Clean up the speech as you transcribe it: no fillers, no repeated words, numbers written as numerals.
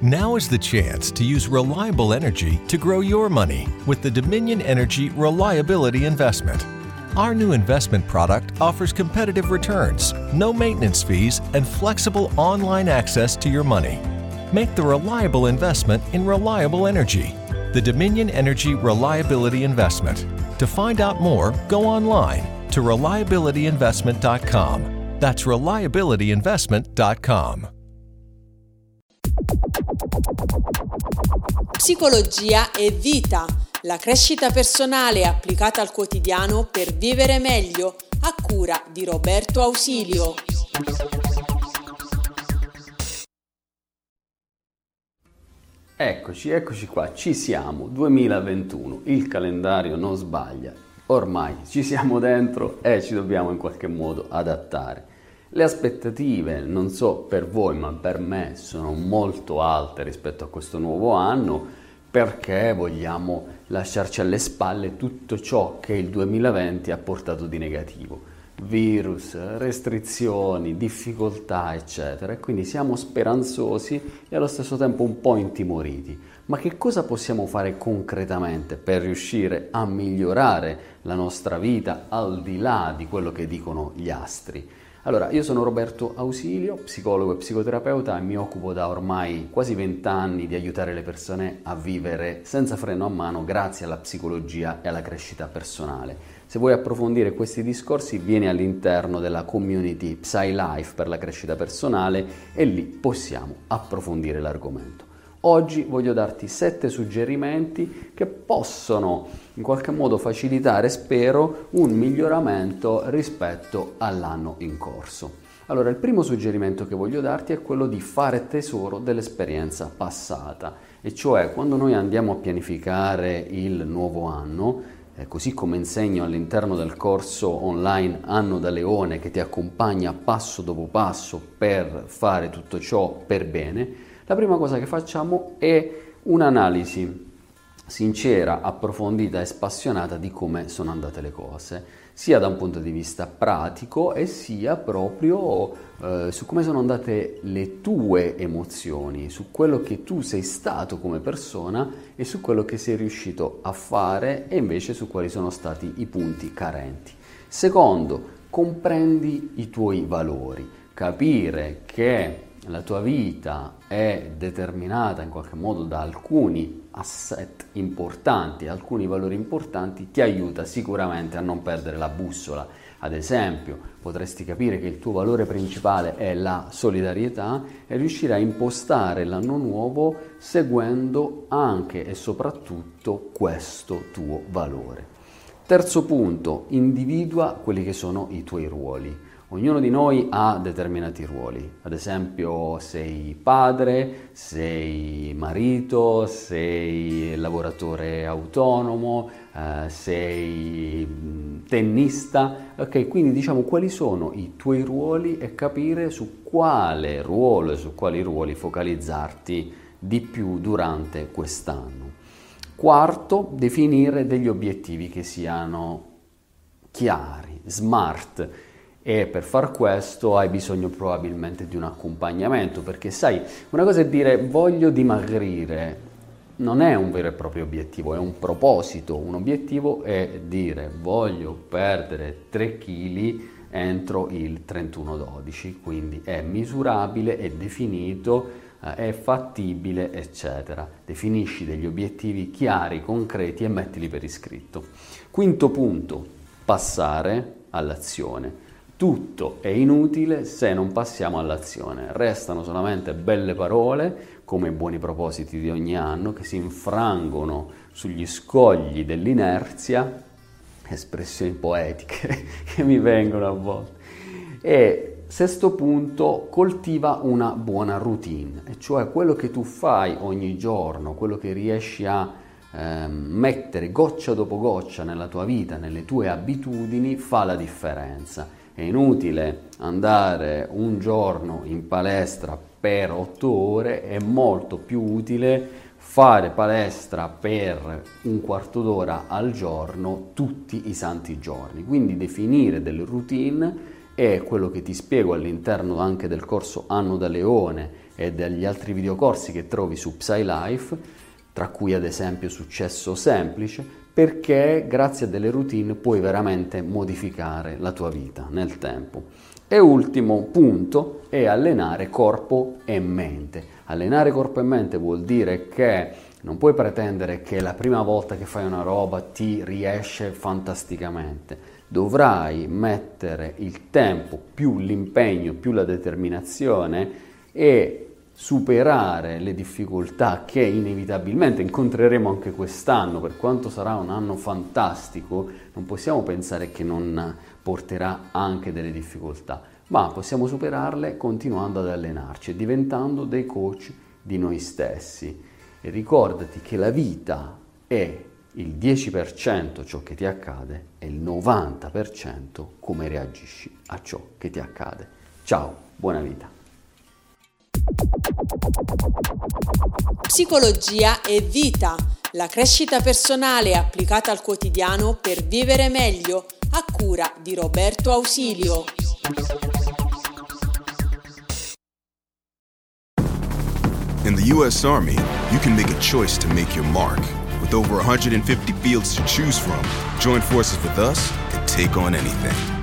Now is the chance to use reliable energy to grow your money with the Dominion Energy Reliability Investment. Our new investment product offers competitive returns, no maintenance fees, and flexible online access to your money. Make the reliable investment in reliable energy. The Dominion Energy Reliability Investment. To find out more, go online to reliabilityinvestment.com. That's reliabilityinvestment.com. Psicologia e vita, la crescita personale applicata al quotidiano per vivere meglio, a cura di Roberto Ausilio. Eccoci qua, ci siamo, 2021, il calendario non sbaglia, ormai ci siamo dentro e ci dobbiamo in qualche modo adattare. Le aspettative, non so per voi, ma per me sono molto alte rispetto a questo nuovo anno, perché vogliamo lasciarci alle spalle tutto ciò che il 2020 ha portato di negativo. Virus, restrizioni, difficoltà, eccetera. E quindi siamo speranzosi e allo stesso tempo un po' intimoriti. Ma che cosa possiamo fare concretamente per riuscire a migliorare la nostra vita al di là di quello che dicono gli astri? Allora, io sono Roberto Ausilio, psicologo e psicoterapeuta, e mi occupo da ormai quasi 20 anni di aiutare le persone a vivere senza freno a mano grazie alla psicologia e alla crescita personale. Se vuoi approfondire questi discorsi, vieni all'interno della community PsyLife per la crescita personale e lì possiamo approfondire l'argomento. Oggi voglio darti 7 suggerimenti che possono in qualche modo facilitare, spero, un miglioramento rispetto all'anno in corso. Allora, il primo suggerimento che voglio darti è quello di fare tesoro dell'esperienza passata, e cioè quando noi andiamo a pianificare il nuovo anno, così come insegno all'interno del corso online Anno da Leone che ti accompagna passo dopo passo per fare tutto ciò per bene, la prima cosa che facciamo è un'analisi sincera, approfondita e spassionata di come sono andate le cose, sia da un punto di vista pratico e sia proprio su come sono andate le tue emozioni, su quello che tu sei stato come persona e su quello che sei riuscito a fare e invece su quali sono stati i punti carenti. Secondo, comprendi i tuoi valori, capire che la tua vita è determinata in qualche modo da alcuni asset importanti, alcuni valori importanti, ti aiuta sicuramente a non perdere la bussola. Ad esempio, potresti capire che il tuo valore principale è la solidarietà e riuscire a impostare l'anno nuovo seguendo anche e soprattutto questo tuo valore. Terzo punto, individua quelli che sono i tuoi ruoli. Ognuno di noi ha determinati ruoli, ad esempio sei padre, sei marito, sei lavoratore autonomo, sei tennista, ok? Quindi diciamo quali sono i tuoi ruoli e capire su quale ruolo e su quali ruoli focalizzarti di più durante quest'anno. Quarto, definire degli obiettivi che siano chiari, smart. E per far questo hai bisogno probabilmente di un accompagnamento, perché sai, una cosa è dire voglio dimagrire, non è un vero e proprio obiettivo, è un proposito. Un obiettivo è dire voglio perdere 3 kg entro il 31/12, quindi è misurabile, è definito, è fattibile, eccetera. Definisci degli obiettivi chiari, concreti e mettili per iscritto. Quinto punto, passare all'azione. Tutto è inutile se non passiamo all'azione, restano solamente belle parole come i buoni propositi di ogni anno che si infrangono sugli scogli dell'inerzia, espressioni poetiche che mi vengono a volte. E sesto punto, coltiva una buona routine, e cioè quello che tu fai ogni giorno, quello che riesci a mettere goccia dopo goccia nella tua vita, nelle tue abitudini, fa la differenza. È inutile andare un giorno in palestra per 8 ore, è molto più utile fare palestra per un quarto d'ora al giorno tutti i santi giorni. Quindi definire delle routine è quello che ti spiego all'interno anche del corso Anno da Leone e dagli altri videocorsi che trovi su PsyLife, tra cui ad esempio Successo Semplice, perché grazie a delle routine puoi veramente modificare la tua vita nel tempo. E ultimo punto è allenare corpo e mente. Allenare corpo e mente vuol dire che non puoi pretendere che la prima volta che fai una roba ti riesce fantasticamente. Dovrai mettere il tempo, più l'impegno, più la determinazione e superare le difficoltà che inevitabilmente incontreremo anche quest'anno. Per quanto sarà un anno fantastico, non possiamo pensare che non porterà anche delle difficoltà, ma possiamo superarle continuando ad allenarci e diventando dei coach di noi stessi. E ricordati che la vita è il 10% ciò che ti accade e il 90% come reagisci a ciò che ti accade. Ciao, buona vita. Psicologia e vita, la crescita personale applicata al quotidiano per vivere meglio, a cura di Roberto Ausilio. In the U.S. Army, you can make a choice to make your mark. With over 150 fields to choose from, join forces with us and take on anything.